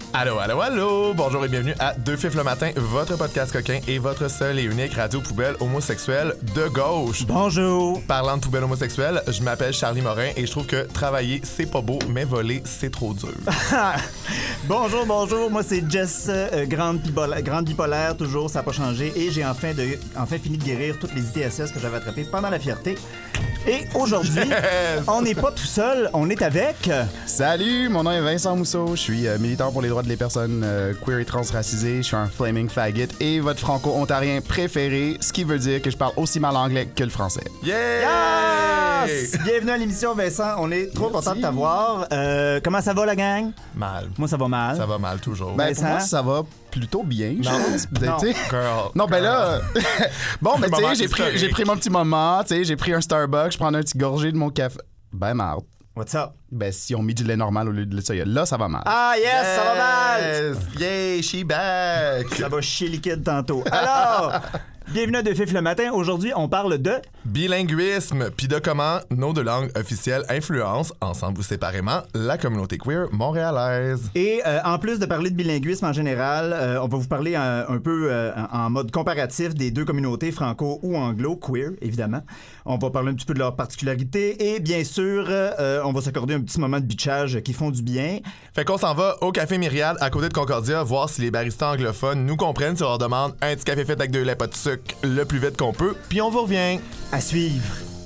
Allô, allô, allô! Bonjour et bienvenue à Deux Fifs le matin, votre podcast coquin et votre seule et unique radio poubelle homosexuelle de gauche. Bonjour! Parlant de poubelle homosexuelle, je m'appelle Charlie Morin et je trouve que travailler, c'est pas beau, mais voler, c'est trop dur. Bonjour, moi c'est Jess, grande bipolaire, toujours, ça n'a pas changé. Et j'ai enfin fini de guérir toutes les ITSS que j'avais attrapées pendant la fierté. Et aujourd'hui, Yes! on n'est pas tout seul, on est avec... Salut, mon nom est Vincent Mousseau, je suis militant pour les droits des personnes queer et transracisées, je suis un flaming faggot et votre franco-ontarien préféré, ce qui veut dire que je parle aussi mal anglais que le français. Yeah! Yes! Bienvenue à l'émission, Vincent, on est trop content de t'avoir. Comment ça va, la gang? Mal. Moi, ça va mal. Ça va mal, toujours. Ben, Vincent? pour moi, ça va plutôt bien, je pense. Non. Tu sais. Girl. Non, ben là... bon, ben, tu Moment sais, j'ai pris mon petit moment, tu sais, j'ai pris un Starbucks, je prends un petit gorgée de mon café. Ben, marde. What's up? Ben, si on met du lait normal au lieu de lait de soya, là, ça va mal. Ah, yes, ça va mal! Yes! Yay, she back! Ça va chier liquide tantôt. Alors, bienvenue à Deux Fifs le matin. Aujourd'hui, on parle de... Bilinguisme, puis de comment nos deux langues officielles influencent, ensemble ou séparément, la communauté queer montréalaise. Et en plus de parler de bilinguisme en général, on va vous parler un peu en mode comparatif des deux communautés, franco ou anglo, queer, évidemment. On va parler un petit peu de leurs particularités et bien sûr, on va s'accorder un petit moment de bitchage qui font du bien. Fait qu'on s'en va au Café Myriade à côté de Concordia voir si les baristas anglophones nous comprennent si on leur demande un petit café fait avec 2 laits pas de sucre le plus vite qu'on peut, puis on vous revient. À suivre.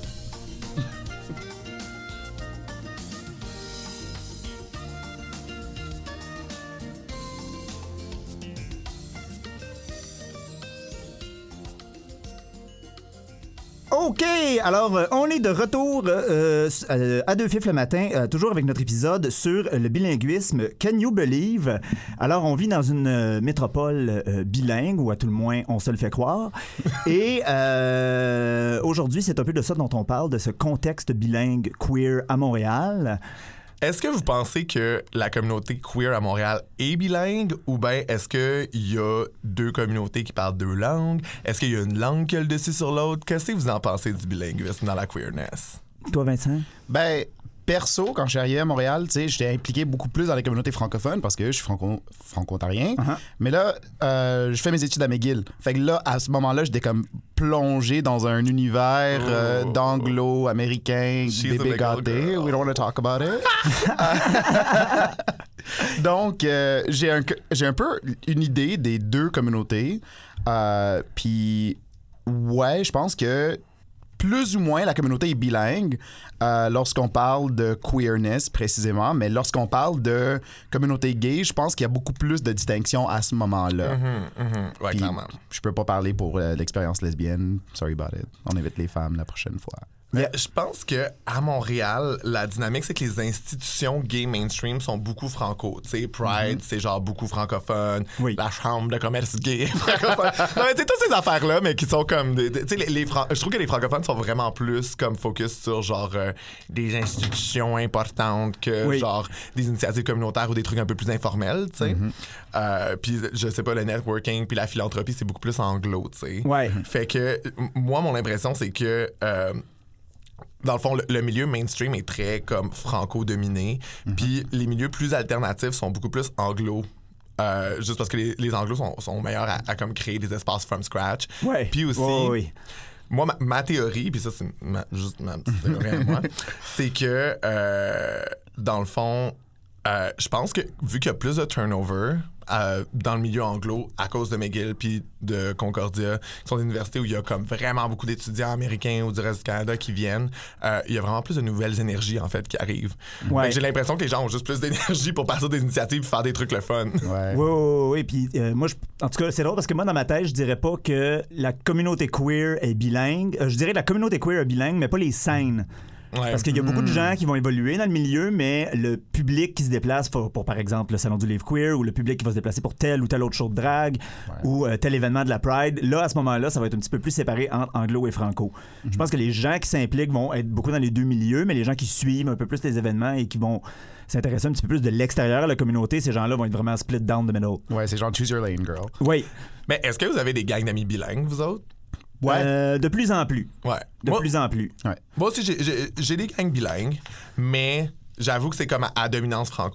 OK, alors on est de retour à Deux Fifs le matin, toujours avec notre épisode sur le bilinguisme. Can you believe? Alors on vit dans une métropole bilingue, ou à tout le moins on se le fait croire. Et aujourd'hui, c'est un peu de ça dont on parle, de ce contexte bilingue queer à Montréal. Est-ce que vous pensez que la communauté queer à Montréal est bilingue ou bien est-ce qu'il y a deux communautés qui parlent deux langues? Est-ce qu'il y a une langue qui a le dessus sur l'autre? Qu'est-ce que vous en pensez du bilinguisme dans la queerness? Toi, Vincent? Ben, perso, quand je suis arrivé à Montréal, tu sais, j'étais impliqué beaucoup plus dans les communautés francophones parce que je suis franco-ontarien. Uh-huh. Mais là, je fais mes études à McGill. Fait que là, à ce moment-là, j'étais comme plongé dans un univers d'anglo-américain, She's bébé a big gâté. girl. We don't want to talk about it. Donc, j'ai un peu une idée des deux communautés. Puis, ouais, je pense que plus ou moins, la communauté est bilingue lorsqu'on parle de queerness, précisément. Mais lorsqu'on parle de communauté gay, je pense qu'il y a beaucoup plus de distinctions à ce moment-là. Ouais, Puis, clairement. je peux pas parler pour l'expérience lesbienne. Sorry about it. On invite les femmes la prochaine fois. Mais je pense que à Montréal, la dynamique, c'est que les institutions gay mainstream sont beaucoup franco. Tu sais, Pride, c'est genre beaucoup francophone. Oui. La chambre de commerce gay francophone. Non, mais tu sais, toutes ces affaires-là, mais qui sont comme... Tu sais, je trouve que les francophones sont vraiment plus comme focus sur genre des institutions importantes que Oui. genre des initiatives communautaires ou des trucs un peu plus informels, tu sais. Puis je sais pas, le networking puis la philanthropie, c'est beaucoup plus anglo, tu sais. Ouais. Fait que moi, mon impression, c'est que... dans le fond, le milieu mainstream est très comme franco-dominé, puis les milieux plus alternatifs sont beaucoup plus anglo. Juste parce que les anglos sont meilleurs à comme créer des espaces from scratch. Ouais. Puis aussi, Oui. moi, ma théorie, puis ça, c'est juste ma petite théorie à moi, c'est que, dans le fond, je pense que vu qu'il y a plus de turnover dans le milieu anglo à cause de McGill puis de Concordia, qui sont des universités où il y a comme vraiment beaucoup d'étudiants américains ou du reste du Canada qui viennent, il y a vraiment plus de nouvelles énergies en fait qui arrivent. Ouais. Fait que j'ai l'impression que les gens ont juste plus d'énergie pour partir des initiatives et faire des trucs le fun. Ouais. Oui. Puis moi, en tout cas, c'est drôle parce que moi, dans ma tête, je dirais pas que la communauté queer est bilingue. Je dirais que la communauté queer est bilingue, mais pas les scènes. Ouais. Parce qu'il y a beaucoup de gens qui vont évoluer dans le milieu, mais le public qui se déplace pour par exemple, le Salon du Livre Queer ou le public qui va se déplacer pour tel ou tel autre show de drague ou tel événement de la Pride, là, à ce moment-là, ça va être un petit peu plus séparé entre anglo et franco. Je pense que les gens qui s'impliquent vont être beaucoup dans les deux milieux, mais les gens qui suivent un peu plus les événements et qui vont s'intéresser un petit peu plus de l'extérieur à la communauté, ces gens-là vont être vraiment split down the middle. Ouais, c'est genre choose your lane, girl. Oui. Mais est-ce que vous avez des gangs d'amis bilingues, vous autres? Ouais. De plus en plus. Ouais. De plus en plus. Ouais. Moi aussi, j'ai des gangs bilingues, mais j'avoue que c'est comme à dominance franco.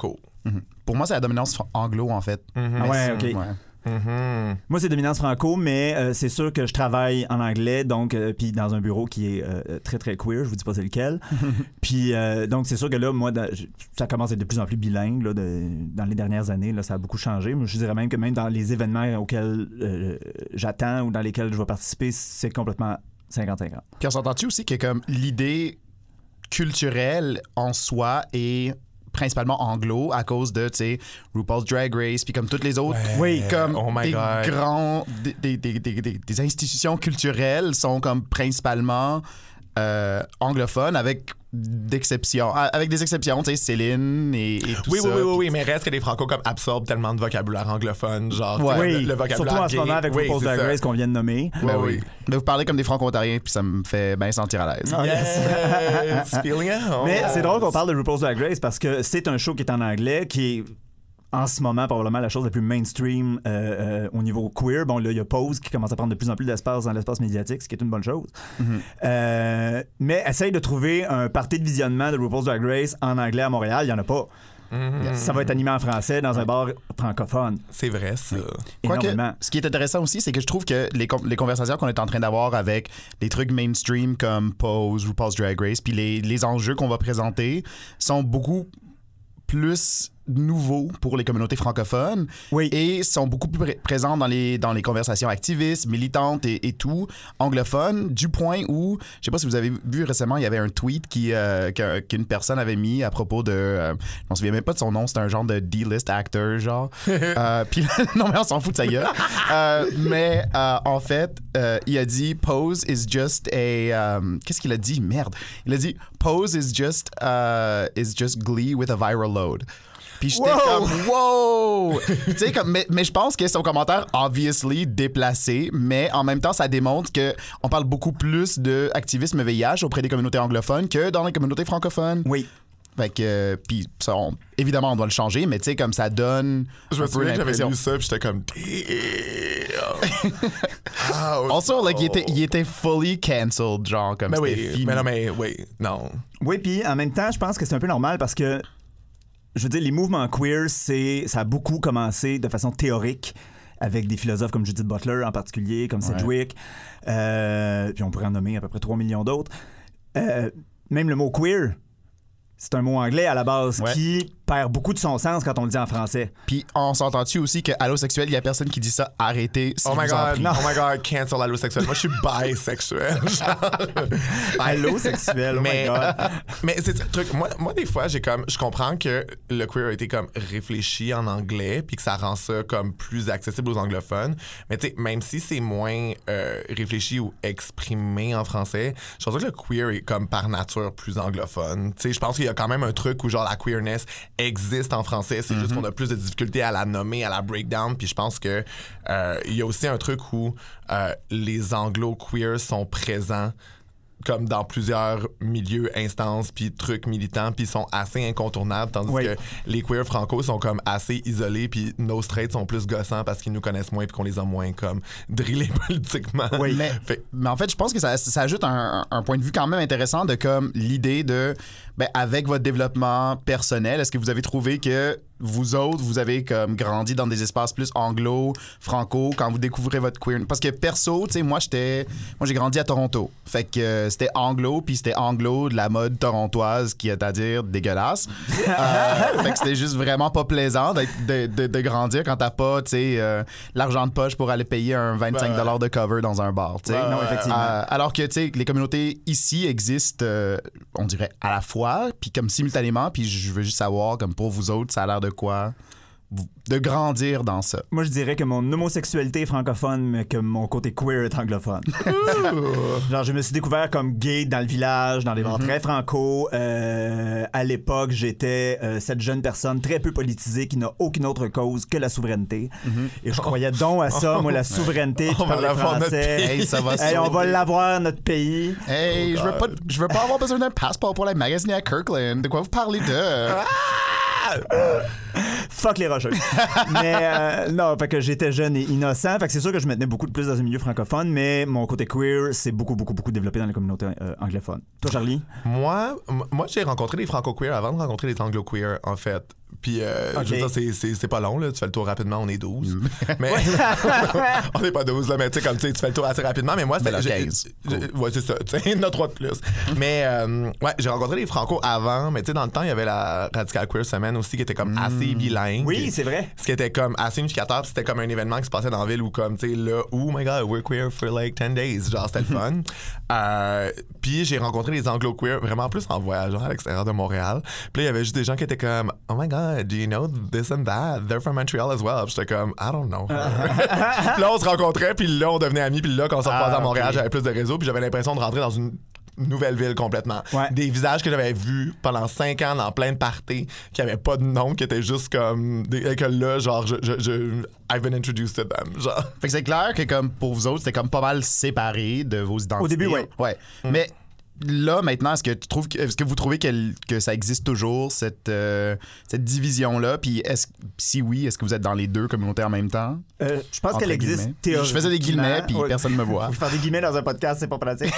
Pour moi, c'est la dominance anglo, en fait. Ah ouais, OK. Ouais. Moi, c'est dominance franco, mais c'est sûr que je travaille en anglais, donc puis dans un bureau qui est très, très queer. Je vous dis pas c'est lequel. Puis donc, c'est sûr que là, moi, ça commence à être de plus en plus bilingue. Là, dans les dernières années, là, ça a beaucoup changé. Moi, je dirais même que même dans les événements auxquels j'attends ou dans lesquels je vais participer, c'est complètement 50-50. Puis on s'entend-tu aussi que comme l'idée culturelle en soi est principalement anglo à cause de, tu sais, RuPaul's Drag Race, puis comme toutes les autres, Oui. comme Oh my God. des institutions culturelles sont comme principalement anglophones avec des exceptions, tu sais, Céline et tout ça. Oui, mais reste que les Franco comme absorbent tellement de vocabulaire anglophone, genre Oui, le vocabulaire surtout en ce gay. moment avec RuPaul's Drag Race qu'on vient de nommer. Ben oui. Mais vous parlez comme des franco-ontariens, puis ça me fait bien sentir à l'aise. Ah, Yes, feeling at home. Mais c'est drôle qu'on parle de RuPaul's Drag Race parce que c'est un show qui est en anglais, qui est en ce moment probablement la chose la plus mainstream au niveau queer. Bon, là, il y a Pose qui commence à prendre de plus en plus d'espace dans l'espace médiatique, ce qui est une bonne chose. Mais essaye de trouver un party de visionnement de RuPaul's Drag Race en anglais à Montréal, il n'y en a pas. Ça va être animé en français dans un bar francophone. C'est vrai, ça. Quoique, Énormément. ce qui est intéressant aussi, c'est que je trouve que les conversations qu'on est en train d'avoir avec les trucs mainstream comme Pose, RuPaul's Drag Race, puis les enjeux qu'on va présenter sont beaucoup plus nouveaux pour les communautés francophones et sont beaucoup plus présents dans les conversations activistes, militantes et tout, anglophones, du point où, je sais pas si vous avez vu récemment, il y avait un tweet qu'une personne avait mis à propos de... on se souvient même pas de son nom, c'est un genre de D-list actor, genre. Puis non, mais on s'en fout de sa gueule. Mais en fait, il a dit « Pose is just a... qu'est-ce qu'il a dit? Merde. Il a dit « Pose is just Glee with a viral load ». Puis j'étais comme wow! Tu sais, comme, mais je pense que son commentaire, obviously, déplacé, mais en même temps, ça démontre qu'on parle beaucoup plus d'activisme VIH auprès des communautés anglophones que dans les communautés francophones. Oui. Fait que, puis ça, évidemment, on doit le changer, mais tu sais, comme ça donne. Je me souviens que j'avais l'impression. lu ça, puis j'étais comme. Also, like, il était fully cancelled, genre, comme Mais c'était oui, fini. mais non, mais oui, non. Oui, puis en même temps, je pense que c'est un peu normal parce que, je veux dire, les mouvements queer, ça a beaucoup commencé de façon théorique avec des philosophes comme Judith Butler en particulier, comme Sedgwick, puis on pourrait en nommer à peu près 3 millions d'autres. Même le mot queer, c'est un mot anglais à la base qui perd beaucoup de son sens quand on le dit en français. Puis on s'entend-tu aussi que allosexuel, il y a personne qui dit ça, arrêtez. Si Oh my vous en god, prie. oh my god, cancel allosexuel. Moi, je suis bisexuel. Allosexuel, oh my God. Mais c'est ça le truc. Moi, des fois, je comprends que le queer a été comme réfléchi en anglais, puis que ça rend ça comme plus accessible aux anglophones. Mais tu sais, même si c'est moins réfléchi ou exprimé en français, je pense que le queer est comme par nature plus anglophone. Tu sais, je pense qu'il y a quand même un truc où genre la queerness existe en français, c'est juste qu'on a plus de difficultés à la nommer, à la breakdown, puis je pense que il y a aussi un truc où les anglo-queers sont présents comme dans plusieurs milieux, instances, puis trucs militants, puis sont assez incontournables, tandis que les queers franco sont comme assez isolés, puis nos straights sont plus gossants parce qu'ils nous connaissent moins, puis qu'on les a moins comme drillés politiquement. Oui, mais en fait, je pense que ça ajoute un point de vue quand même intéressant de comme l'idée de, ben, avec votre développement personnel, est-ce que vous avez trouvé que vous autres, vous avez comme grandi dans des espaces plus anglo, franco, quand vous découvrez votre queer? Parce que perso, tu sais, moi j'ai grandi à Toronto. Fait que c'était anglo, puis c'était anglo de la mode torontoise, qui est à dire dégueulasse. Fait que c'était juste vraiment pas plaisant de grandir quand t'as pas, tu sais, l'argent de poche pour aller payer un 25$ de cover dans un bar, tu sais. Non, effectivement. Alors que, tu sais, les communautés ici existent, on dirait, à la fois, puis comme simultanément, puis je veux juste savoir, comme pour vous autres, ça a l'air de quoi? De grandir dans ça. Moi, je dirais que mon homosexualité est francophone, mais que mon côté queer est anglophone. Genre, je me suis découvert comme gay dans le village, dans des bars très franco. À l'époque, j'étais cette jeune personne très peu politisée qui n'a aucune autre cause que la souveraineté. Et je croyais donc à ça, moi, la souveraineté qui parlait français. Hey, ça va Hey, on va l'avoir, notre pays. Hey, je veux pas avoir besoin d'un passeport pour aller magasiner à Kirkland. De quoi vous parlez de... Fuck les rocheux. Mais non, fait que j'étais jeune et innocent. Fait que c'est sûr que je me tenais beaucoup plus dans un milieu francophone, mais mon côté queer, c'est beaucoup développé dans les communautés anglophones. Toi, Charlie? Moi, j'ai rencontré des franco-queer avant de rencontrer des anglo-queer, en fait. Puis, Ok. je veux dire, c'est pas long, là. Tu fais le tour rapidement, on est 12. Mais on n'est pas 12, là, mais tu sais, comme tu fais le tour assez rapidement. Mais moi, Mais là, c'était. 15. Ouais, c'est ça. Tu sais, il y en a 3 de plus. Mais, ouais, j'ai rencontré les Franco avant, mais tu sais, dans le temps, il y avait la Radical Queer Semaine aussi qui était comme assez bilingue. Oui, c'est vrai. Ce qui était comme assez unificateur, puis c'était comme un événement qui se passait dans la ville où, comme, tu sais, là, oh my god, we're queer for like 10 days. Genre, c'était le fun. Puis j'ai rencontré les anglo-queer vraiment plus en voyageant à l'extérieur de Montréal. Puis là, il y avait juste des gens qui étaient comme, oh my god, do you know this and that? They're from Montreal as well. Puis j'étais comme, I don't know. Puis là, on se rencontrait, puis là, on devenait amis, puis là, quand on se repassait à Montréal, j'avais plus de réseau, puis j'avais l'impression de rentrer dans une nouvelle ville complètement. Ouais. Des visages que j'avais vus pendant 5 ans dans plein de parties, qui n'avaient pas de nom, qui étaient juste comme... que là, genre, I've been introduced to them, genre. Fait que c'est clair que comme pour vous autres, c'était comme pas mal séparé de vos identités. Au début, ouais. Ouais. Mais là, maintenant, est-ce que vous trouvez que ça existe toujours, cette division-là? Puis si oui, est-ce que vous êtes dans les deux communautés en même temps? Je pense Entre qu'elle existe guillemets. théoriquement. Je faisais des guillemets, puis personne ne me voit. Faire des guillemets dans un podcast, c'est pas pratique.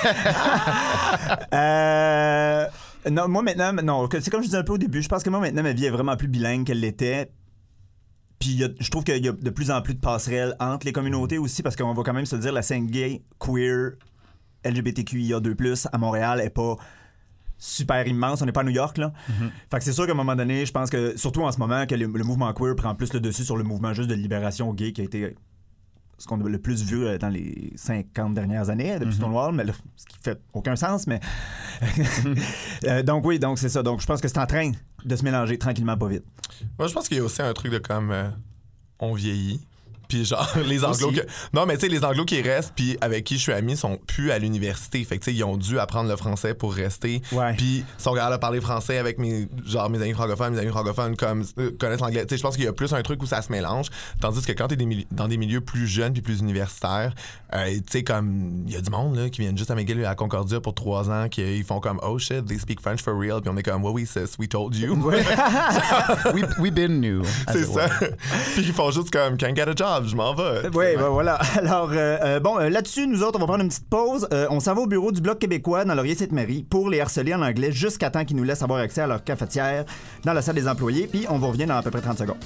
Non, moi maintenant, non, c'est comme je disais un peu au début, je pense que moi maintenant, ma vie est vraiment plus bilingue qu'elle l'était. Puis je trouve qu'il y a de plus en plus de passerelles entre les communautés aussi, parce qu'on va quand même se dire la scène gay, queer, LGBTQIA2+, à Montréal est pas super immense. On n'est pas à New York, là. Fait que c'est sûr qu'à un moment donné, je pense que, surtout en ce moment, que le mouvement queer prend plus le dessus sur le mouvement juste de libération gay qui a été ce qu'on a le plus vu dans les 50 dernières années depuis Stonewall, mais là, ce qui fait aucun sens, mais... donc oui, donc c'est ça. Donc je pense que c'est en train de se mélanger tranquillement, pas vite. Moi, je pense qu'il y a aussi un truc de comme... on vieillit. Puis genre, les Anglos... Non, mais tu sais, les Anglos qui restent, puis avec qui je suis ami, sont plus à l'université. Fait que tu sais, ils ont dû apprendre le français pour rester. Ouais. Puis ils sont capables de parler français avec mes amis francophones comme connaissent l'anglais. Tu sais, je pense qu'il y a plus un truc où ça se mélange. Tandis que quand t'es dans des milieux plus jeunes puis plus universitaires, tu sais, comme... Il y a du monde, là, qui viennent juste à McGill à Concordia pour 3 ans, qui ils font comme « Oh shit, they speak French for real », puis on est comme « Well, we sis, we told you ». we been new. C'est ça. Puis ils font juste comme « Can't get a job, je m'en vais ». Oui, ben voilà. Alors, là-dessus, nous autres, on va prendre une petite pause. On s'en va au bureau du Bloc québécois dans Laurier-Sainte-Marie pour les harceler en anglais jusqu'à temps qu'ils nous laissent avoir accès à leur cafetière dans la salle des employés. Puis on vous revient dans à peu près 30 secondes.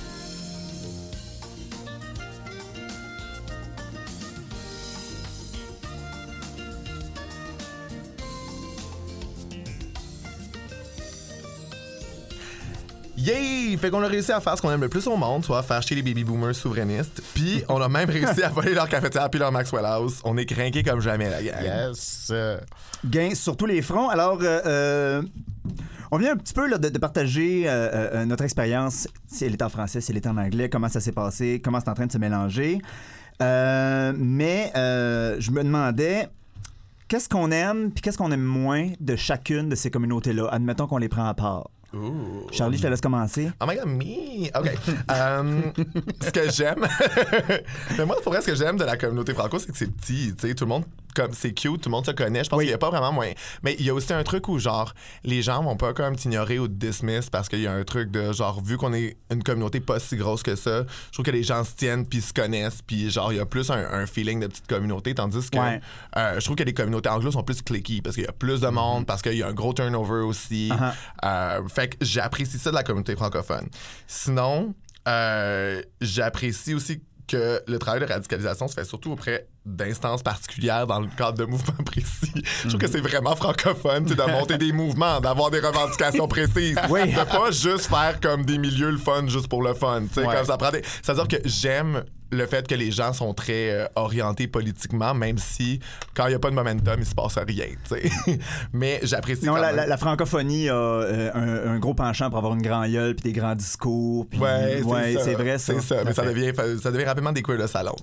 Yay! Fait qu'on a réussi à faire ce qu'on aime le plus au monde, soit faire chier les baby boomers souverainistes. Puis on a même réussi à voler leur cafetière puis leur Maxwell House. On est crinqués comme jamais, la gang. Yes. Gain sur tous les fronts. Alors, on vient un petit peu là, de partager notre expérience, si elle est en français, si elle est en anglais, comment ça s'est passé, comment c'est en train de se mélanger. Mais je me demandais, qu'est-ce qu'on aime puis qu'est-ce qu'on aime moins de chacune de ces communautés-là? Admettons qu'on les prend à part. Ooh. Charlie, je te laisse commencer. Oh my god, me! OK. Ce que j'aime... Mais moi, pour vrai, ce que j'aime de la communauté franco, c'est que c'est petit, tu sais, tout le monde... Comme c'est cute, tout le monde se connaît. Je pense qu'il n'y a pas vraiment moyen. Mais il y a aussi un truc où, genre, les gens vont pas comme t'ignorer ou te dismiss parce qu'il y a un truc de, genre, vu qu'on est une communauté pas si grosse que ça, je trouve que les gens se tiennent puis se connaissent puis, genre, il y a plus un feeling de petite communauté. Tandis que je trouve que les communautés anglo sont plus cliquées parce qu'il y a plus de monde, parce qu'il y a un gros turnover aussi. Fait que j'apprécie ça de la communauté francophone. Sinon, j'apprécie aussi que le travail de radicalisation se fait surtout auprès d'instances particulières dans le cadre de mouvements précis. Je trouve que c'est vraiment francophone de monter des mouvements, d'avoir des revendications précises, de pas juste faire comme des milieux le fun juste pour le fun. Comme ça prend c'est-à-dire que j'aime le fait que les gens sont très orientés politiquement, même si quand il n'y a pas de momentum, il se passe rien. Mais j'apprécie non, quand même. La francophonie a un gros penchant pour avoir une grande gueule puis des grands discours. Puis, c'est vrai ça. C'est ça, mais ça devient rapidement des queers de salon.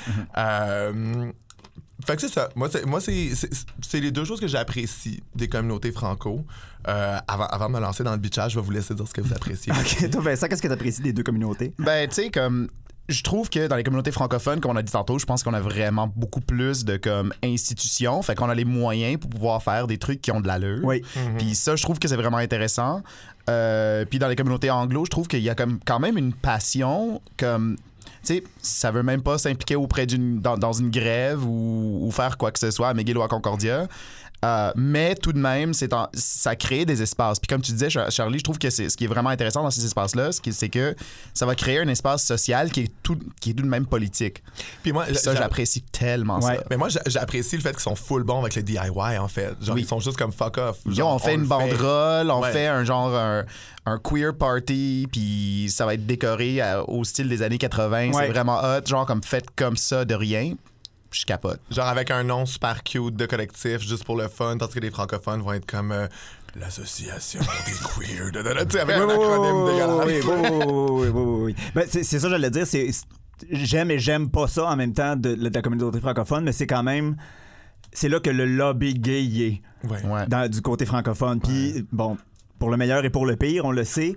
Fait que c'est ça. Moi, c'est les deux choses que j'apprécie des communautés franco. Avant de me lancer dans le bitchage, je vais vous laisser dire ce que vous appréciez. OK, toi, Vincent, qu'est-ce que tu apprécies des deux communautés? Ben, tu sais, comme... Je trouve que dans les communautés francophones, comme on a dit tantôt, je pense qu'on a vraiment beaucoup plus de comme institutions. Fait qu'on a les moyens pour pouvoir faire des trucs qui ont de l'allure. Oui. Puis ça, je trouve que c'est vraiment intéressant. Puis dans les communautés anglo, je trouve qu'il y a comme, quand même une passion comme... Tu sais, ça veut même pas s'impliquer auprès dans une grève ou faire quoi que ce soit à McGill ou à Concordia. Mais tout de même, ça crée des espaces. Puis comme tu disais, Charlie, je trouve que ce qui est vraiment intéressant dans ces espaces-là, c'est que ça va créer un espace social qui est tout de même politique. Puis moi, ça, j'apprécie tellement ça. Mais moi, j'apprécie le fait qu'ils sont full bons avec le DIY, en fait. Genre, ils sont juste comme fuck off. Genre, on fait une banderole, on fait un queer party, puis ça va être décoré au style des années 80. C'est vraiment hot, genre comme fait comme ça de rien. Je capote. Genre avec un nom super cute de collectif, juste pour le fun, tandis que les francophones vont être comme l'association des queers, tu sais, avec un acronyme dégueulasse. Oui. Ben, c'est ça, j'allais dire. J'aime et j'aime pas ça en même temps de la communauté francophone, mais c'est quand même... C'est là que le lobby gay y est, du côté francophone. Puis, bon, pour le meilleur et pour le pire, on le sait.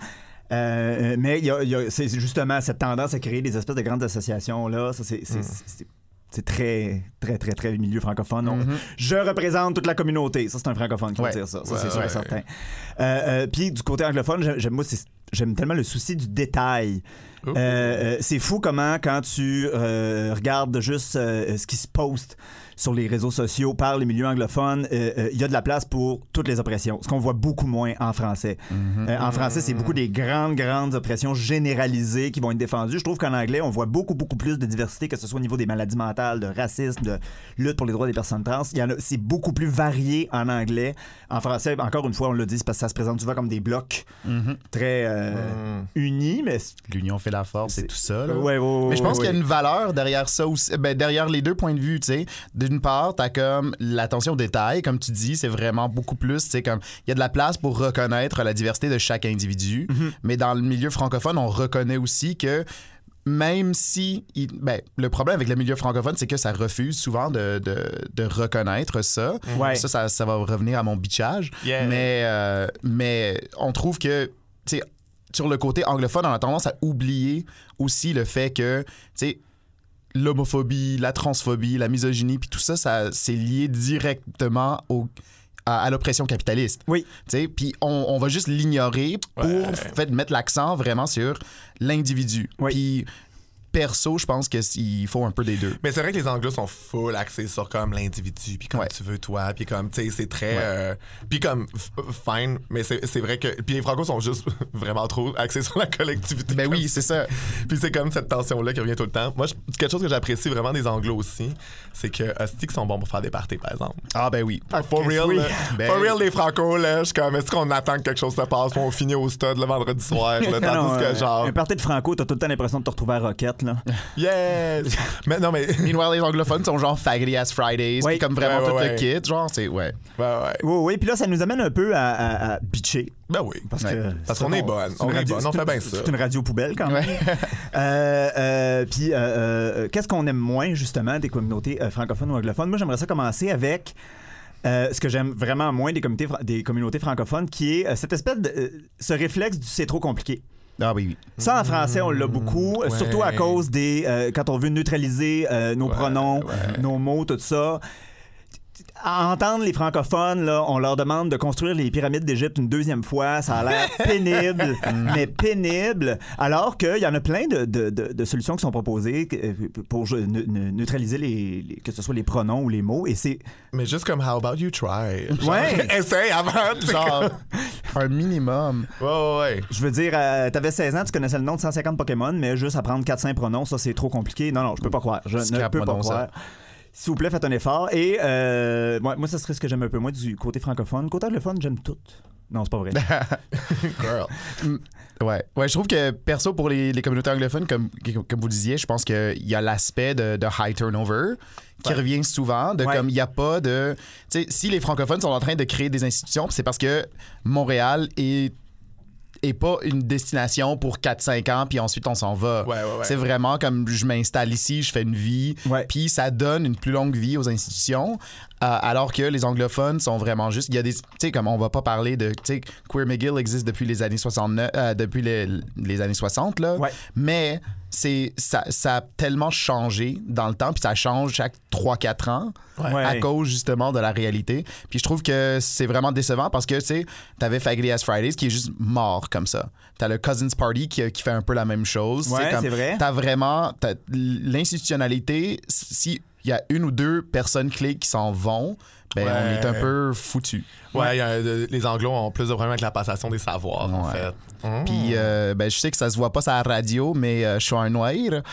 Mais c'est justement cette tendance à créer des espèces de grandes associations-là. Ça, c'est très, très, très, très milieu francophone. Je représente toute la communauté. Ça, c'est un francophone qui va dire ça. Ça, c'est sûr et certain. Puis, du côté anglophone, j'aime tellement le souci du détail. C'est fou comment, quand tu regardes juste ce qui se poste sur les réseaux sociaux par les milieux anglophones, il y a de la place pour toutes les oppressions, ce qu'on voit beaucoup moins en français. En français, c'est beaucoup des grandes oppressions généralisées qui vont être défendues. Je trouve qu'en anglais, on voit beaucoup plus de diversité, que ce soit au niveau des maladies mentales, de racisme, de lutte pour les droits des personnes trans. C'est beaucoup plus varié en anglais. En français, encore une fois, on le dit, c'est parce que ça se présente souvent comme des blocs très unis, mais... L'union fait la force et tout ça. Là. Mais je pense qu'il y a une valeur derrière ça aussi, derrière les deux points de vue, tu sais. D'une part, t'as comme l'attention au détail, comme tu dis, c'est vraiment beaucoup plus, tu sais, comme il y a de la place pour reconnaître la diversité de chaque individu, mais dans le milieu francophone, on reconnaît aussi que même si... le problème avec le milieu francophone, c'est que ça refuse souvent de reconnaître ça. Ça va revenir à mon bitchage. Mais on trouve que, tu sais, sur le côté anglophone, on a tendance à oublier aussi le fait que, tu sais, l'homophobie, la transphobie, la misogynie, puis tout ça, c'est lié directement à l'oppression capitaliste. Oui. Puis on va juste l'ignorer pour mettre l'accent vraiment sur l'individu. Puis perso, je pense qu'il faut un peu des deux. Mais c'est vrai que les Anglos sont full axés sur comme l'individu, puis comme tu veux toi, puis comme, tu sais, c'est très... puis comme, fine, mais c'est vrai que... Puis les Francos sont juste vraiment trop axés sur la collectivité. Ben oui, c'est ça. Puis c'est comme cette tension-là qui revient tout le temps. Moi, quelque chose que j'apprécie vraiment des Anglos aussi, c'est que hostie qu'ils sont bons pour faire des parties, par exemple. Ah ben oui. For real, for real, les Francos, là, je suis comme, est-ce qu'on attend que quelque chose se passe, ou on finit au stade le vendredi soir, là, tandis que genre... Un party de Franco, t'as tout le temps l'impression de te retrouver à Roquette, là. Yes! Mais non, mais. Meanwhile, les anglophones sont genre Faggoty Ass Fridays, puis comme vraiment tout le kit, genre, c'est. Oui, puis là, ça nous amène un peu à bitcher. Ben oui. Parce qu'on est bonne. On fait bien ça. C'est une radio poubelle, quand même. Puis, qu'est-ce qu'on aime moins, justement, des communautés francophones ou anglophones? Moi, j'aimerais ça commencer avec. Ce que j'aime vraiment moins des communautés francophones, qui est cette espèce ce réflexe du c'est trop compliqué. Ah oui. Ça, en français, on l'a beaucoup, surtout à cause des... quand on veut neutraliser nos pronoms, nos mots, tout ça. À entendre les francophones, là, on leur demande de construire les pyramides d'Égypte une deuxième fois. Ça a l'air pénible, mais pénible. Alors qu'il y en a plein de solutions qui sont proposées pour neutraliser que ce soit les pronoms ou les mots. Et c'est... Mais juste comme how about you try? Essaye avant. Genre, un minimum. Ouais. Je veux dire, t'avais 16 ans, tu connaissais le nom de 150 Pokémon, mais juste apprendre 4-5 pronoms, ça, c'est trop compliqué. Non, je peux pas croire. Je ne peux pas croire. S'il vous plaît, faites un effort. Et moi, ça serait ce que j'aime un peu moins du côté francophone. Côté anglophone, j'aime tout. Non, c'est pas vrai. Girl. Ouais, je trouve que perso, pour les communautés anglophones, comme vous disiez, je pense qu'il y a l'aspect de high turnover qui revient souvent, comme il n'y a pas de... Tu sais, si les francophones sont en train de créer des institutions, c'est parce que Montréal est pas une destination pour 4-5 ans, puis ensuite on s'en va. C'est vraiment comme je m'installe ici, je fais une vie, puis ça donne une plus longue vie aux institutions, alors que les anglophones sont vraiment juste... Il y a des... Tu sais, comme on va pas parler de... Tu sais, Queer McGill existe depuis les années 69... depuis les années 60, là. Mais ça a tellement changé dans le temps, puis ça change chaque 3-4 ans à cause, justement, de la réalité. Puis je trouve que c'est vraiment décevant parce que, tu sais, t'avais Faggoty Ass Fridays qui est juste mort comme ça. T'as le Cousins Party qui fait un peu la même chose. C'est vrai. T'as vraiment... l'institutionnalité, si... Il y a une ou deux personnes clés qui s'en vont, ben, Ouais. on est un peu foutus. Ouais, les Anglos ont plus de problèmes avec la passation des savoirs, en Ouais. fait. Puis, ben, je sais que ça se voit pas sur la radio, mais je suis un noir.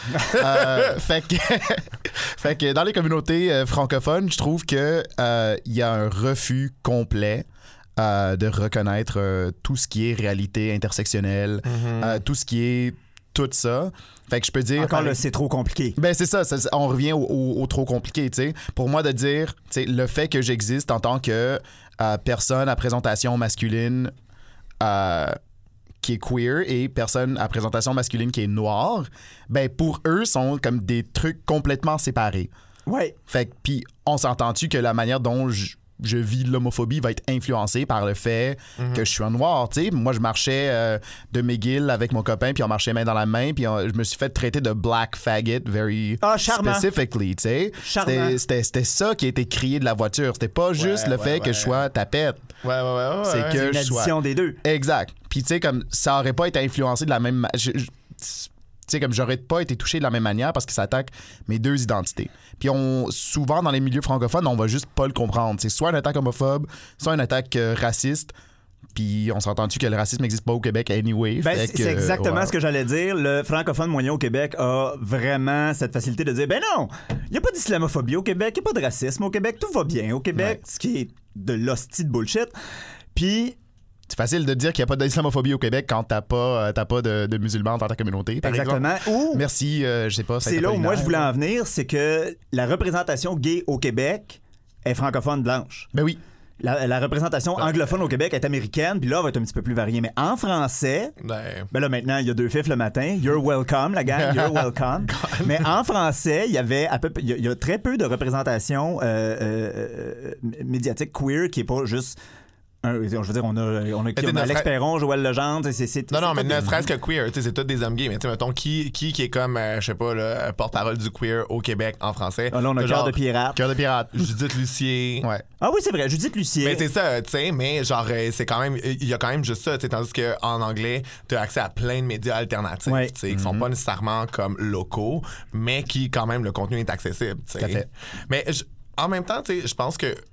Fait que dans les communautés francophones, je trouve que il y a un refus complet de reconnaître tout ce qui est réalité intersectionnelle, tout ce qui est tout ça. Fait que je peux dire... Encore là, c'est trop compliqué. Ben c'est ça, on revient au trop compliqué, tu sais. Pour moi, de dire, tu sais, le fait que j'existe en tant que personne à présentation masculine qui est queer et personne à présentation masculine qui est noire, ben pour eux, sont comme des trucs complètement séparés. Ouais. Fait que, puis on s'entend-tu que la manière dont je vis l'homophobie va être influencée par le fait que je suis un noir, tu sais. Moi, je marchais de McGill avec mon copain, puis on marchait main dans la main, puis je me suis fait traiter de black faggot very charmant. specifically, tu sais. Charmant. C'était ça qui a été crié de la voiture. C'était pas juste le fait que je sois tapette. Ouais. C'est que Une je sois... addition des deux. Exact. Puis tu sais, comme ça aurait pas été influencé de la même... Tu sais, comme j'aurais pas été touché de la même manière parce que ça attaque mes deux identités. Puis souvent, dans les milieux francophones, on va juste pas le comprendre. C'est soit une attaque homophobe, soit une attaque raciste. Puis on s'entend-tu que le racisme n'existe pas au Québec anyway. Ben, c'est exactement ce que j'allais dire. Le francophone moyen au Québec a vraiment cette facilité de dire ben non, il n'y a pas d'islamophobie au Québec, il n'y a pas de racisme au Québec, tout va bien au Québec, ce qui est de l'hostie de bullshit. Puis c'est facile de dire qu'il n'y a pas d'islamophobie au Québec quand t'as pas de musulmans dans ta communauté, par exactement. exemple. Ou merci, je sais pas. c'est là où moi je voulais en venir, c'est que la représentation gay au Québec est francophone blanche. Ben oui. La représentation anglophone au Québec est américaine, puis là, elle va être un petit peu plus variée. Mais en français, ben là, maintenant, il y a 2 fifs le matin. You're welcome, la gang, you're welcome. Mais en français, il y a très peu de représentation médiatique queer qui est pas juste... je veux dire, on a Alex Perron, Joël Legendre. Non, mais ne serait-ce que queer, c'est tous des hommes gays. Mais tu sais, mettons, qui est comme, je sais pas, le porte-parole du queer au Québec en français? Ah, là, on a Cœur de pirate. Cœur de pirate. Judith Lucier. Ouais. Ah oui, c'est vrai, Judith Lucier. Mais c'est ça, tu sais, mais genre, c'est quand même, il y a quand même juste ça, tu sais, tandis qu'en anglais, tu as accès à plein de médias alternatifs, tu sais, qui sont pas nécessairement comme locaux, mais qui, quand même, le contenu est accessible, tu sais. Mais en même temps, tu sais, je pense que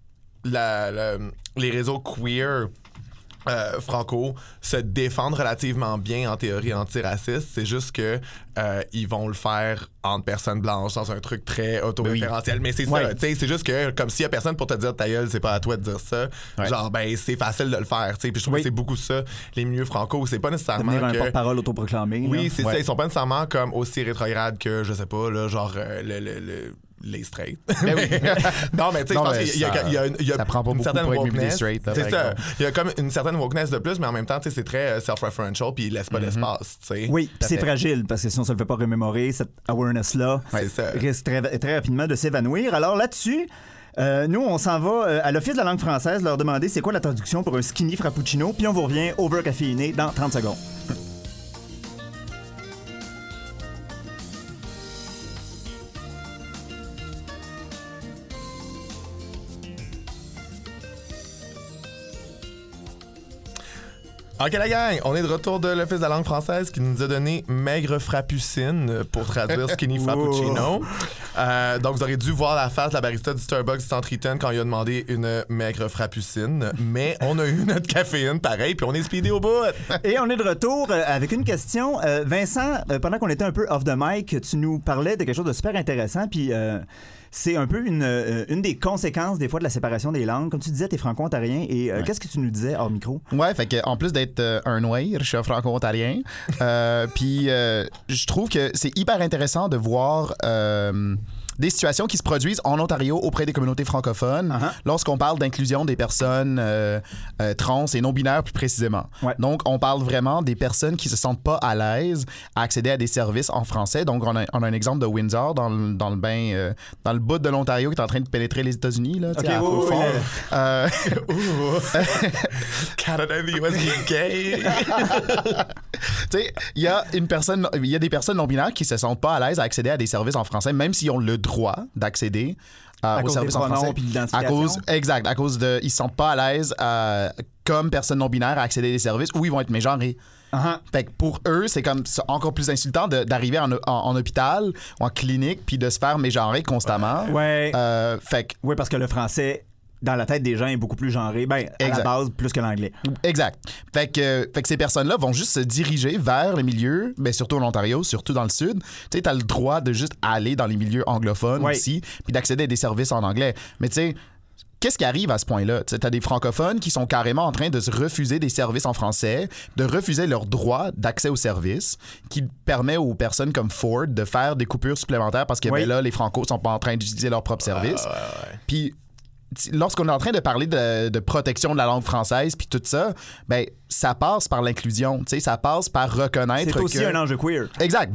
les réseaux queer franco se défendent relativement bien en théorie antiraciste. C'est juste que ils vont le faire entre personnes blanches dans un truc très auto-référentiel. Mais c'est ça, tu sais, c'est juste que comme s'il y a personne pour te dire ta gueule, c'est pas à toi de dire ça. Genre, ben c'est facile de le faire, tu sais. Puis je trouve que c'est beaucoup ça, les milieux franco. C'est pas nécessairement devenir un porte-parole autoproclamé. Oui, c'est ça. Ils sont pas nécessairement comme aussi rétrogrades que, je sais pas, là, genre les straight. Ben oui. Non, mais tu sais, je pense qu'il y a ça prend pas une beaucoup certaine pour être wokeness. straight. C'est ça. Il y a comme une certaine wokeness de plus, mais en même temps, tu sais, c'est très self-referential puis il laisse pas d'espace, tu sais. Oui, puis c'est fragile parce que si on se le fait pas remémorer, cette awareness-là risque très, très rapidement de s'évanouir. Alors là-dessus, nous, on s'en va à l'Office de la langue française leur demander c'est quoi la traduction pour un skinny frappuccino, puis on vous revient overcaféiné dans 30 secondes. OK, la gang, on est de retour de l'Office de la langue française qui nous a donné maigre frappuccine pour traduire skinny frappuccino. Donc, vous aurez dû voir la face de la barista du Starbucks du Centre Eaton quand il a demandé une maigre frappuccine. Mais on a eu notre caféine pareil, puis on est speedé au bout. Et on est de retour avec une question. Vincent, pendant qu'on était un peu off the mic, tu nous parlais de quelque chose de super intéressant, puis... c'est un peu une des conséquences des fois de la séparation des langues. Comme tu disais, t'es franco-ontarien. Et qu'est-ce que tu nous disais hors micro? Ouais, fait que en plus d'être un noir, je suis un franco-ontarien. Puis je trouve que c'est hyper intéressant de voir des situations qui se produisent en Ontario auprès des communautés francophones lorsqu'on parle d'inclusion des personnes trans et non-binaires plus précisément. Ouais. Donc, on parle vraiment des personnes qui se sentent pas à l'aise à accéder à des services en français. Donc, on a un exemple de Windsor dans le bout de l'Ontario qui est en train de pénétrer les États-Unis. Là, okay, au fond. Canada and the US being gay. Tu sais, il y a des personnes non-binaires qui se sentent pas à l'aise à accéder à des services en français, même s'ils ont le droit d'accéder aux services en français. À cause de ils se sentent pas à l'aise comme personne non binaire à accéder à des services où ils vont être mégenrés. Fait que pour eux, c'est comme encore plus insultant d'arriver en hôpital ou en clinique puis de se faire mégenrer constamment. Ouais. Fait que oui, parce que le français dans la tête des gens, est beaucoup plus genré, à la base, plus que l'anglais. Exact. Fait que ces personnes-là vont juste se diriger vers les milieux, surtout en Ontario, surtout dans le Sud. Tu sais, t'as le droit de juste aller dans les milieux anglophones aussi, puis d'accéder à des services en anglais. Mais tu sais, qu'est-ce qui arrive à ce point-là? Tu as des francophones qui sont carrément en train de se refuser des services en français, de refuser leur droit d'accès aux services, qui permet aux personnes comme Ford de faire des coupures supplémentaires parce que là, les francos sont pas en train d'utiliser leurs propres services. Puis lorsqu'on est en train de parler de protection de la langue française puis tout ça, ça passe par l'inclusion, tu sais, ça passe par reconnaître que... C'est aussi un enjeu queer. Exact,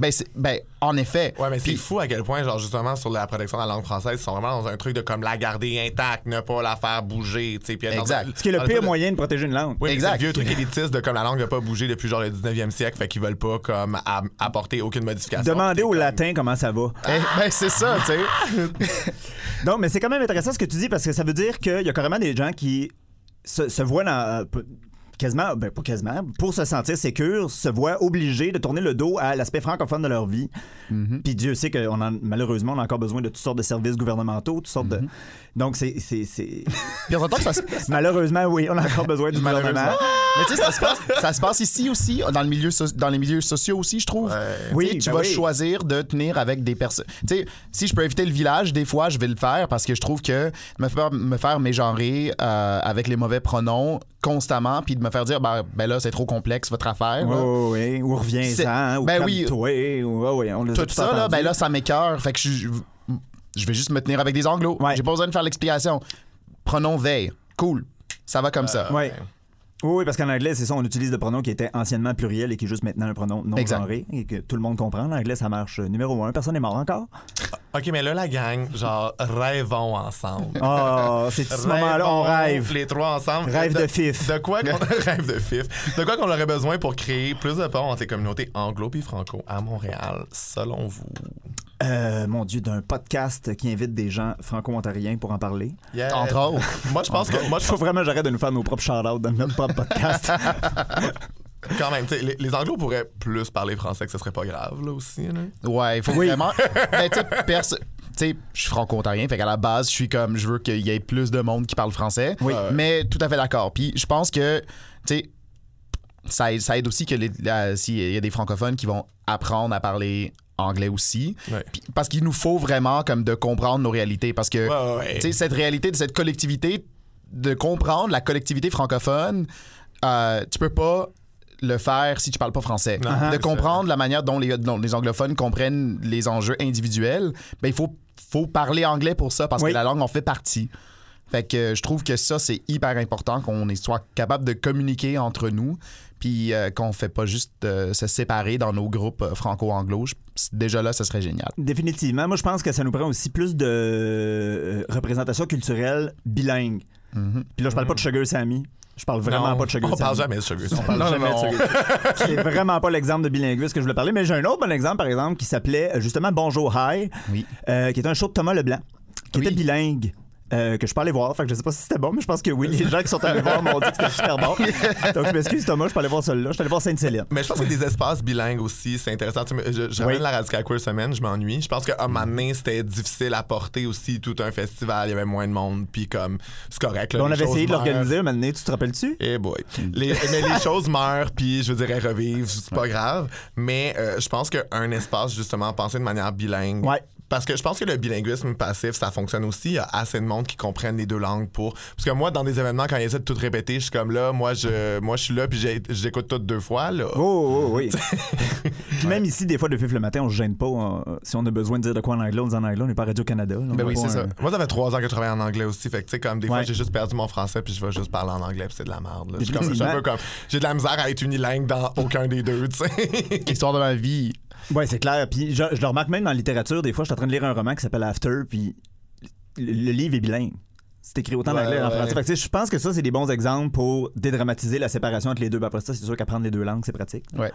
en effet. Ouais, mais c'est fou à quel point, genre, justement, sur la protection de la langue française, ils sont vraiment dans un truc de comme la garder intacte, ne pas la faire bouger, tu sais. Exact. Ce qui est le pire moyen de protéger une langue. Oui, exact. C'est le vieux truc élitiste de comme la langue n'a pas bougé depuis genre le 19e siècle, fait qu'ils veulent pas comme apporter aucune modification. Demandez aux latins comment ça va. C'est ça, tu sais. Non, mais c'est quand même intéressant ce que tu dis parce que ça veut dire qu'il y a carrément des gens qui se voient dans... quasiment, pas quasiment, pour se sentir sécure, se voient obligés de tourner le dos à l'aspect francophone de leur vie. Puis Dieu sait que malheureusement, on a encore besoin de toutes sortes de services gouvernementaux, toutes sortes de... Donc, c'est... Puis on entend que ça se passe. Malheureusement, oui, on a encore besoin du gouvernement. Mais tu sais, ça se passe ici aussi, dans les milieux sociaux aussi, je trouve. Oui, tu vas choisir de tenir avec des personnes. Tu sais, si je peux éviter le village, des fois, je vais le faire parce que je trouve que me faire mégenrer avec les mauvais pronoms constamment, puis de me faire dire, là, c'est trop complexe, votre affaire. Oui, ou reviens-en, ou calme-toi, on tout ça, là, ça m'écœure. Fait que je vais juste me tenir avec des anglos. J'ai pas besoin de faire l'explication. Pronom they. Cool. Ça va comme ça. Oui, parce qu'en anglais, c'est ça, on utilise le pronom qui était anciennement pluriel et qui est juste maintenant un pronom non genré et que tout le monde comprend. En anglais, ça marche numéro 1. Personne n'est mort encore. OK, mais là, la gang, genre, rêvons ensemble. C'est ce moment-là, on rêve. Les trois ensemble. Rêve de fif. De quoi qu'on rêve de fif? De quoi qu'on aurait besoin pour créer plus de ponts entre les communautés anglo et franco à Montréal, selon vous? Mon Dieu, d'un podcast qui invite des gens franco-ontariens pour en parler. Yes. Entre autres. Moi, je pense que... Il faut vraiment que j'arrête de nous faire nos propres shout-outs dans notre propre podcast. Quand même, tu sais, les anglos pourraient plus parler français, que ce serait pas grave, là, aussi. Là. Ouais, il faut vraiment... tu sais, je suis franco-ontarien, fait qu'à la base, je veux qu'il y ait plus de monde qui parle français. Oui. Mais tout à fait d'accord. Puis je pense que, tu sais, ça aide aussi que s'il y a des francophones qui vont apprendre à parler anglais aussi. Puis, parce qu'il nous faut vraiment comme de comprendre nos réalités. Parce que, tu sais, cette réalité de cette collectivité, de comprendre la collectivité francophone, tu peux pas le faire si tu parles pas français. De comprendre la manière dont les anglophones comprennent les enjeux individuels, il faut parler anglais pour ça parce que la langue en fait partie. Fait que je trouve que ça, c'est hyper important qu'on soit capable de communiquer entre nous puis qu'on fait pas juste se séparer dans nos groupes franco-anglo. Déjà là, ça serait génial. Définitivement. Moi, je pense que ça nous prend aussi plus de représentation culturelle bilingue. Puis là, je parle pas de Sugar Sammy. Je parle vraiment pas de Sugar Sammy. On parle jamais de Sugar Sammy. On parle jamais de Sugar Sammy. C'est vraiment pas l'exemple de bilinguisme que je voulais parler, mais j'ai un autre bon exemple, par exemple, qui s'appelait justement Bonjour Hi, qui est un show de Thomas Leblanc, qui était bilingue. Que je peux aller voir, fait que je sais pas si c'était bon, mais je pense que oui. Les gens qui sont allés voir m'ont dit que c'était super bon. Donc je m'excuse Thomas, je peux aller voir celui-là. Je peux aller voir Sainte-Céline. Mais je pense que des espaces bilingues aussi, c'est intéressant. Je ramène la Radical Queer Semaine, je m'ennuie. Je pense qu'à un moment donné, c'était difficile à porter aussi tout un festival. Il y avait moins de monde, puis comme c'est correct. Là, on avait essayé de l'organiser un moment donné, tu te rappelles-tu? Eh boy. Mais les choses meurent, puis je veux dire, elles revivent, c'est pas grave. Mais je pense qu'un espace, justement, pensé de manière bilingue. Parce que je pense que le bilinguisme passif, ça fonctionne aussi. Il y a assez de monde qui comprennent les deux langues pour... Parce que moi, dans des événements, quand ils essaient de tout répéter, je suis comme là, moi je suis là, puis j'écoute tout 2 fois, là. Oui. Puis même ici, des fois, depuis le matin, on se gêne pas. Si on a besoin de dire de quoi en anglais, on dit en anglais. On n'est pas à Radio-Canada. Oui, c'est ça. Moi, ça fait 3 ans que je travaille en anglais aussi. Fait que, tu sais, comme des fois, j'ai juste perdu mon français, puis je vais juste parler en anglais, puis c'est de la merde, là. Je suis un peu comme... J'ai de la misère à être unilingue dans aucun des deux, tu sais. Histoire de ma vie. Oui, c'est clair. Puis je le remarque même dans la littérature. Des fois, je suis en train de lire un roman qui s'appelle After, puis le livre est bilingue. C'est écrit autant en anglais qu'en français. Fait que, je pense que ça, c'est des bons exemples pour dédramatiser la séparation entre les deux. Après ça, c'est sûr qu'apprendre les deux langues, c'est pratique. Ouais.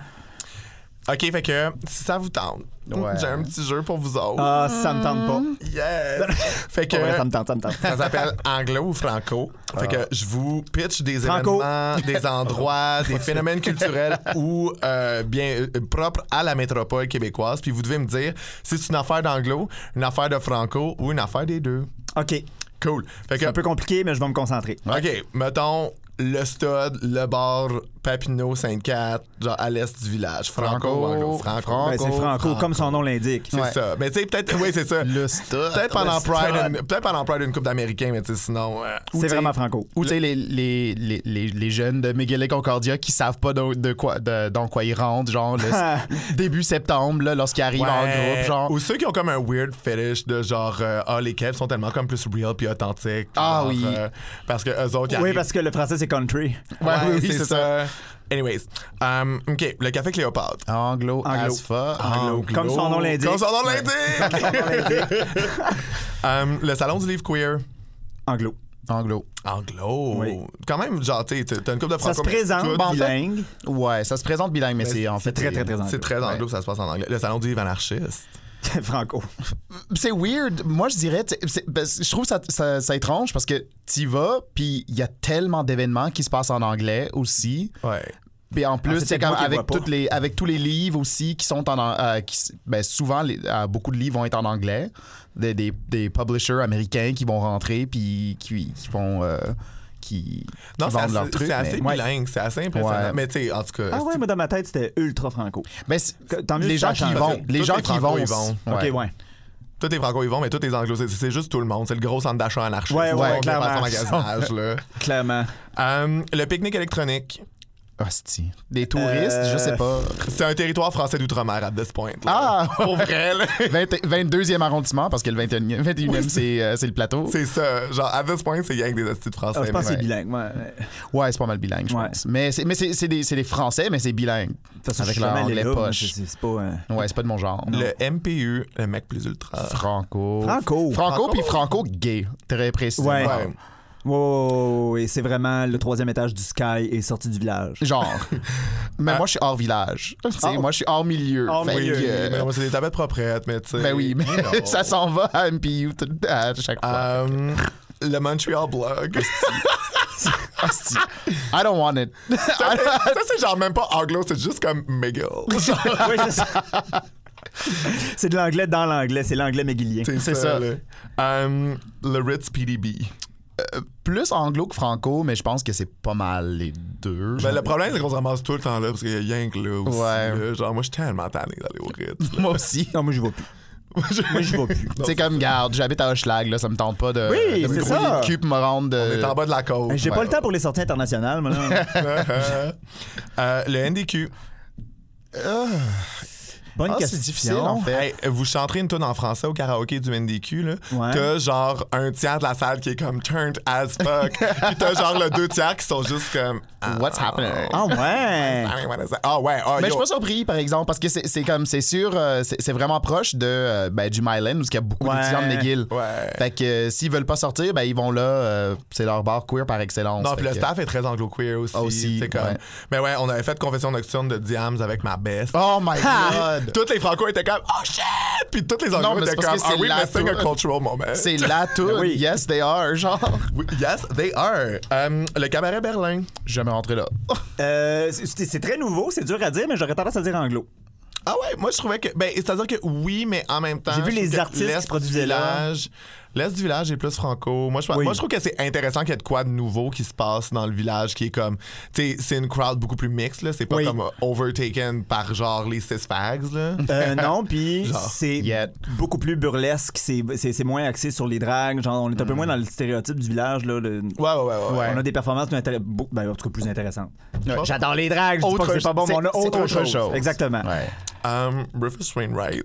OK, fait que si ça vous tente, j'ai un petit jeu pour vous autres. Ah, ça me tente pas. Yes! Fait que ça me tente. Ça s'appelle anglo ou franco. Fait que je vous pitch des événements, des endroits, des phénomènes culturels ou bien propres à la métropole québécoise. Puis vous devez me dire si c'est une affaire d'anglo, une affaire de franco ou une affaire des deux. OK. Cool. Fait que, C'est un peu compliqué, mais je vais me concentrer. OK, mettons le Stud, le bar Papineau, Sainte-Cat, genre à l'est du village. Franco. Ouais, c'est Franco, comme son nom l'indique. C'est ça. Mais tu sais, peut-être, oui, c'est ça. Le Stud. Peut-être pendant Pride, une coupe d'Américains, mais tu sais, sinon. C'est vraiment Franco. Ou tu sais, les jeunes de Miguel et Concordia qui savent pas dans quoi ils rentrent, genre le début septembre, là, lorsqu'ils arrivent en groupe, genre. Ou ceux qui ont comme un weird fetish de genre, les Kevs sont tellement comme plus real puis authentiques. Ah genre, oui. Parce que eux autres, ils Oui, arrivent- parce que le français, c'est country. Ouais, oui, c'est ça. Anyways, OK, le café Cléopâtre. Anglo. Anglo. As fuck. Comme son nom l'indique. Comme son nom l'indique. Le salon du livre queer. Anglo. Anglo. Anglo. Oui. Quand même, genre, t'as une couple de Ça franco. se présente en fait, bilingue. Ouais, ça se présente bilingue, mais c'est en fait. très, très, très anglo. C'est très anglo, ça se passe en anglais. Le salon du livre anarchiste. Franco. C'est weird. Moi, je dirais, je trouve ça étrange parce que tu vas, puis il y a tellement d'événements qui se passent en anglais aussi. Ouais. Puis en plus, c'est c'est peut-être comme moi qui vois pas. avec tous les livres aussi qui sont souvent, beaucoup de livres vont être en anglais. Des publishers américains qui vont rentrer, puis qui vont. Qui vendent leurs trucs. C'est assez mais- bilingue, c'est assez impressionnant. Ouais. Mais tu sais, en tout cas. Ah ouais, moi, dans ma tête, c'était ultra Franco. Ben, Tant mieux les si gens ça qui y change. vont. Les Tous gens les qui y Franco, vont. ils vont. OK, ouais. Tous les franco, ils vont, mais tous les anglos, c'est juste tout le monde. C'est le gros centre d'achat anarchiste. Ouais, Tout le monde vient clairement. faire son magasinage, là. Clairement. Le pique-nique électronique. Hostie. Des touristes, je sais pas. C'est un territoire français d'outre-mer à this point. Là. Ah! Pour vrai, là. 22e arrondissement, parce que le 21e, c'est le plateau. C'est ça. Genre, à this point, c'est rien que des astuces français. Ah, je pense que mais- c'est bilingue. Ouais. Ouais, c'est pas mal bilingue, je Ouais. pense. Mais c'est des Français, mais c'est bilingue. De toute façon, Avec je suis jamais allé l'anglais là, poche. mais c'est pas... Ouais, c'est pas de mon genre. Le MPU, le mec plus ultra. Franco. Franco. Puis Franco gay. Très précis. Ouais. Ouais. Ouais, c'est vraiment le 3e étage du Sky et sorti du village. Genre. Mais moi, je suis hors village. Tu sais, moi, je suis hors milieu. Hors Fait milieu. que, Mais non, c'est des tapettes proprettes, mais tu sais. ben oui, mais you know. ça s'en va à MPU à chaque fois. Le Montreal Blog. Hostie. I don't want it. Ça, c'est genre même pas anglo, c'est juste comme McGill. Oui, je sais. C'est de l'anglais dans l'anglais, c'est l'anglais McGillien. C'est ça. là. Le Ritz PDB. Plus anglo que franco, mais je pense que c'est pas mal les deux. Ben, le problème, c'est qu'on se ramasse tout le temps là, parce qu'il y a rien que là aussi. Ouais. là. Genre, moi, je suis tellement tanné d'aller au Ritz. Moi aussi. Non, moi, je vais plus. Moi, je vais plus. Tu sais, comme, garde, j'habite à Hochelag, là, ça me tente pas de, Oui, de me c'est trouver ça. le cul pour me rendre de. On est en bas de la côte. J'ai pas le temps pour les sorties internationales, moi, là. Le NDQ. Bonne c'est question. difficile, en fait. Hey, vous chanterez une tune en français au karaoké du NDQ, là. Ouais. T'as genre un tiers de la salle qui est comme turned as fuck. Puis t'as genre le 2 tiers qui sont juste comme. What's happening? Ah ouais! Ah ouais, Mais je suis pas surpris, par exemple, parce que c'est sûr, c'est vraiment proche de du Myland, où il y a beaucoup Ouais. d'étudiants de McGill. Ouais. Fait que s'ils veulent pas sortir, ben ils vont là, c'est leur bar queer par excellence. Non, Fait puis le que- staff est très anglo-queer aussi. Aussi, c'est comme... ouais. Mais ouais, on avait fait Confession nocturne de Diams avec ma best. Oh my god! Toutes les franco étaient comme oh shit! Puis toutes les Non, anglo mais c'est étaient parce comme que c'est are we la missing a toune. cultural moment? C'est la toune. Oui. Yes, they are, genre. Oui, yes, they are. Le cabaret Berlin. Jamais rentré là. C'est très nouveau, c'est dur à dire, mais j'aurais tendance à dire anglo. Ah ouais, moi je trouvais que c'est-à-dire que oui, mais en même temps J'ai vu je trouve les que artistes l'Est qui produisaient du là. village, l'Est du village est plus franco. Moi je Oui. trouve que c'est intéressant qu'il y ait de quoi de nouveau qui se passe dans le village qui est comme tu sais, c'est une crowd beaucoup plus mixte là, c'est pas Oui. comme overtaken par genre les six fags là. Non, puis Genre, c'est yet. beaucoup plus burlesque, c'est moins axé sur les dragues, genre on est un peu moins dans le stéréotype du village là. Ouais. On a des performances plus en tout cas plus intéressantes. Ouais. J'adore les dragues, je dis pas que c'est pas bon, mais on a c'est autre chose. chose. Exactement. Ouais. Rufus Wainwright.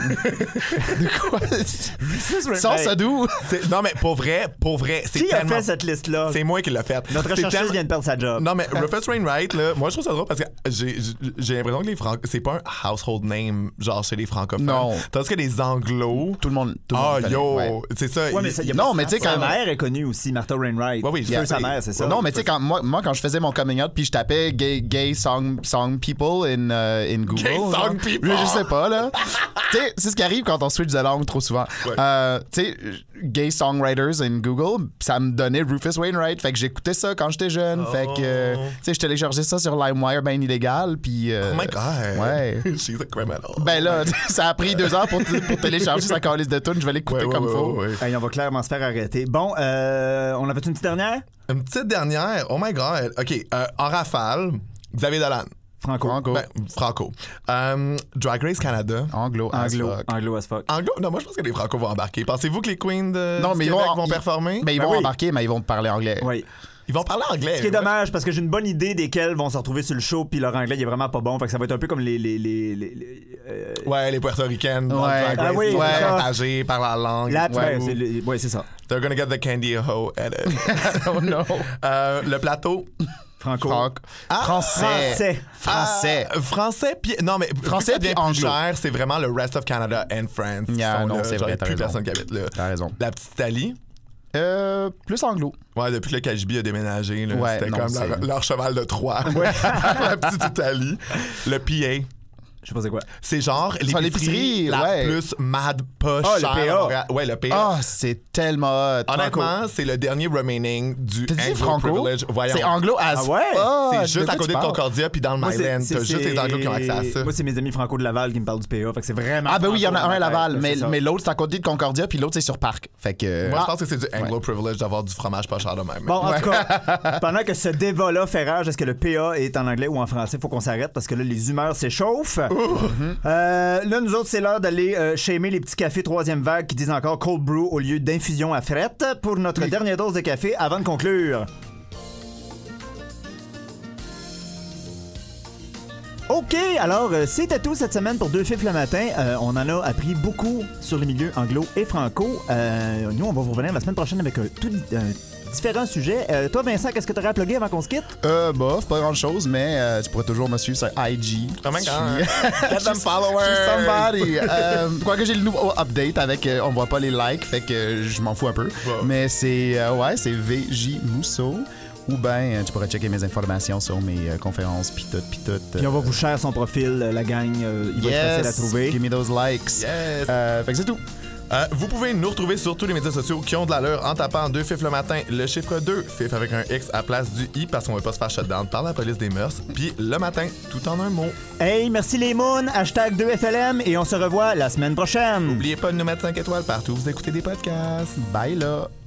Sors ça d'où? Non mais pour vrai, c'est Qui a tellement fait cette liste-là? c'est moi qui l'ai fait. Notre C'est recherchiste tellement- vient de perdre sa job. Non, mais Rufus Wainwright, là, moi, je trouve ça drôle parce que j'ai l'impression que les c'est pas un household name, genre chez les francophones. Non. Tandis que les anglos. Tout le monde. Ah, connaît, yo! ouais. C'est ça. Ouais, mais ça, y a Non, pas mais de tu sais, sa quand- mère est connue aussi, Martha Wainwright. Ouais, oui, Feu sa mère, c'est ça. Non, mais tu sais, quand je faisais mon coming out, puis je tapais gay song people in Google. Gay genre. song people. Je sais pas, là. Tu sais, c'est ce qui arrive quand on switch de langue trop souvent. Ouais. Tu sais, Gay Songwriters in Google, ça me donnait Rufus Wainwright. Fait que j'écoutais ça quand j'étais jeune. Fait que, tu sais, je téléchargeais ça sur LimeWire bien illégal. Puis. Oh my God. Ouais. She's a criminal. Ben là, ça a pris 2 heures pour télécharger sa calice de tunes. Je vais l'écouter comme faut. Ouais. Hey, on va clairement se faire arrêter. Bon, on a fait une petite dernière? Une petite dernière. Oh my God. OK. En rafale, Xavier Dolan. Franco. Ben, Franco. Drag Race Canada. Anglo as fuck. Anglo as fuck. Anglo? Non, moi, je pense que les Franco vont embarquer. Pensez-vous que les Queens de Non, mais du Québec vont performer? Mais ils Ben vont oui. embarquer, mais ils vont parler anglais. Oui. Ils vont parler anglais. Ce qui est dommage, parce que j'ai une bonne idée desquels vont se retrouver sur le show, puis leur anglais, il est vraiment pas bon. Fait que ça va être un peu comme les Ouais, les Puertoricaines. Dans Ouais. Drag Race, Ah oui, ils vont c'est ça. partager par la langue. la Ouais. ouais, c'est ça. They're gonna get the candy ho edit. Oh no. Le plateau. Franco. Français. Français, puis non, mais Français puis puis anglo. cher, c'est vraiment le rest of Canada and France. qui Yeah, sont non, là, c'est genre, vrai, il y a t'as plus raison. personne qui habite là. T'as raison. La petite Italie. Plus anglo. Ouais, depuis que le KGB a déménagé, là, Ouais, c'était non, comme c'est- leur cheval de Troie. La petite Italie. Le PA. Je sais pas c'est quoi. C'est genre l'épicerie, l'épicerie la ouais. plus mad pas Ah, le chère. PA. à Montréal. Ouais, le PA. Ah, c'est tellement hot. Honnêtement, c'est le dernier remaining du T'as dit Anglo Franco? Privilege. Voyons. C'est anglo as Ah ouais? fuck. C'est juste à côté de quoi tu parles? Concordia puis dans le Moi, Myland. T'as juste les Anglos qui ont accès à ça. Moi, c'est mes amis Franco de Laval qui me parlent du PA. Fait que c'est vraiment. Ah ben oui, il y en a un à Laval, mais mais l'autre c'est à côté de Concordia, puis l'autre c'est sur Parc. Fait que. Moi, je pense que c'est du Anglo Privilege d'avoir du fromage pas cher de même. Bon, en tout cas, pendant que ce débat-là fait rage, est-ce que le PA est en anglais ou en français? Faut qu'on s'arrête parce que là, les humeurs s'échauffent. Là, nous autres, c'est l'heure d'aller shamer les petits cafés troisième vague qui disent encore cold brew au lieu d'infusion à frette pour notre dernière dose de café avant de conclure. OK, alors c'était tout cette semaine pour Deux Fifs le matin. On en a appris beaucoup sur les milieux anglo et franco. Nous, on va vous revenir la semaine prochaine avec différents sujets. Toi, Vincent, qu'est-ce que tu aurais à plugger avant qu'on se quitte? Bof, pas grand chose, mais tu pourrais toujours me suivre sur IG. Oh my Je God. suis- Get them followers. Je suis somebody. Quoique j'ai le nouveau update avec on voit pas les likes, fait que je m'en fous un peu. Wow. Mais c'est c'est VJ Mousseau. Ou bien tu pourrais checker mes informations sur mes conférences pis tout. Puis on va vous share son profil, la gang. Il va être facile à trouver. Give me those likes. Yes. Fait que c'est tout. Vous pouvez nous retrouver sur tous les médias sociaux qui ont de l'allure en tapant Deux Fifs le matin, le chiffre 2, Fif avec un X à place du I parce qu'on veut pas se faire shutdown par la police des mœurs, puis le matin, tout en un mot. Hey, merci les moons, hashtag 2FLM et on se revoit la semaine prochaine. N'oubliez pas de nous mettre 5 étoiles partout où vous écoutez des podcasts. Bye là.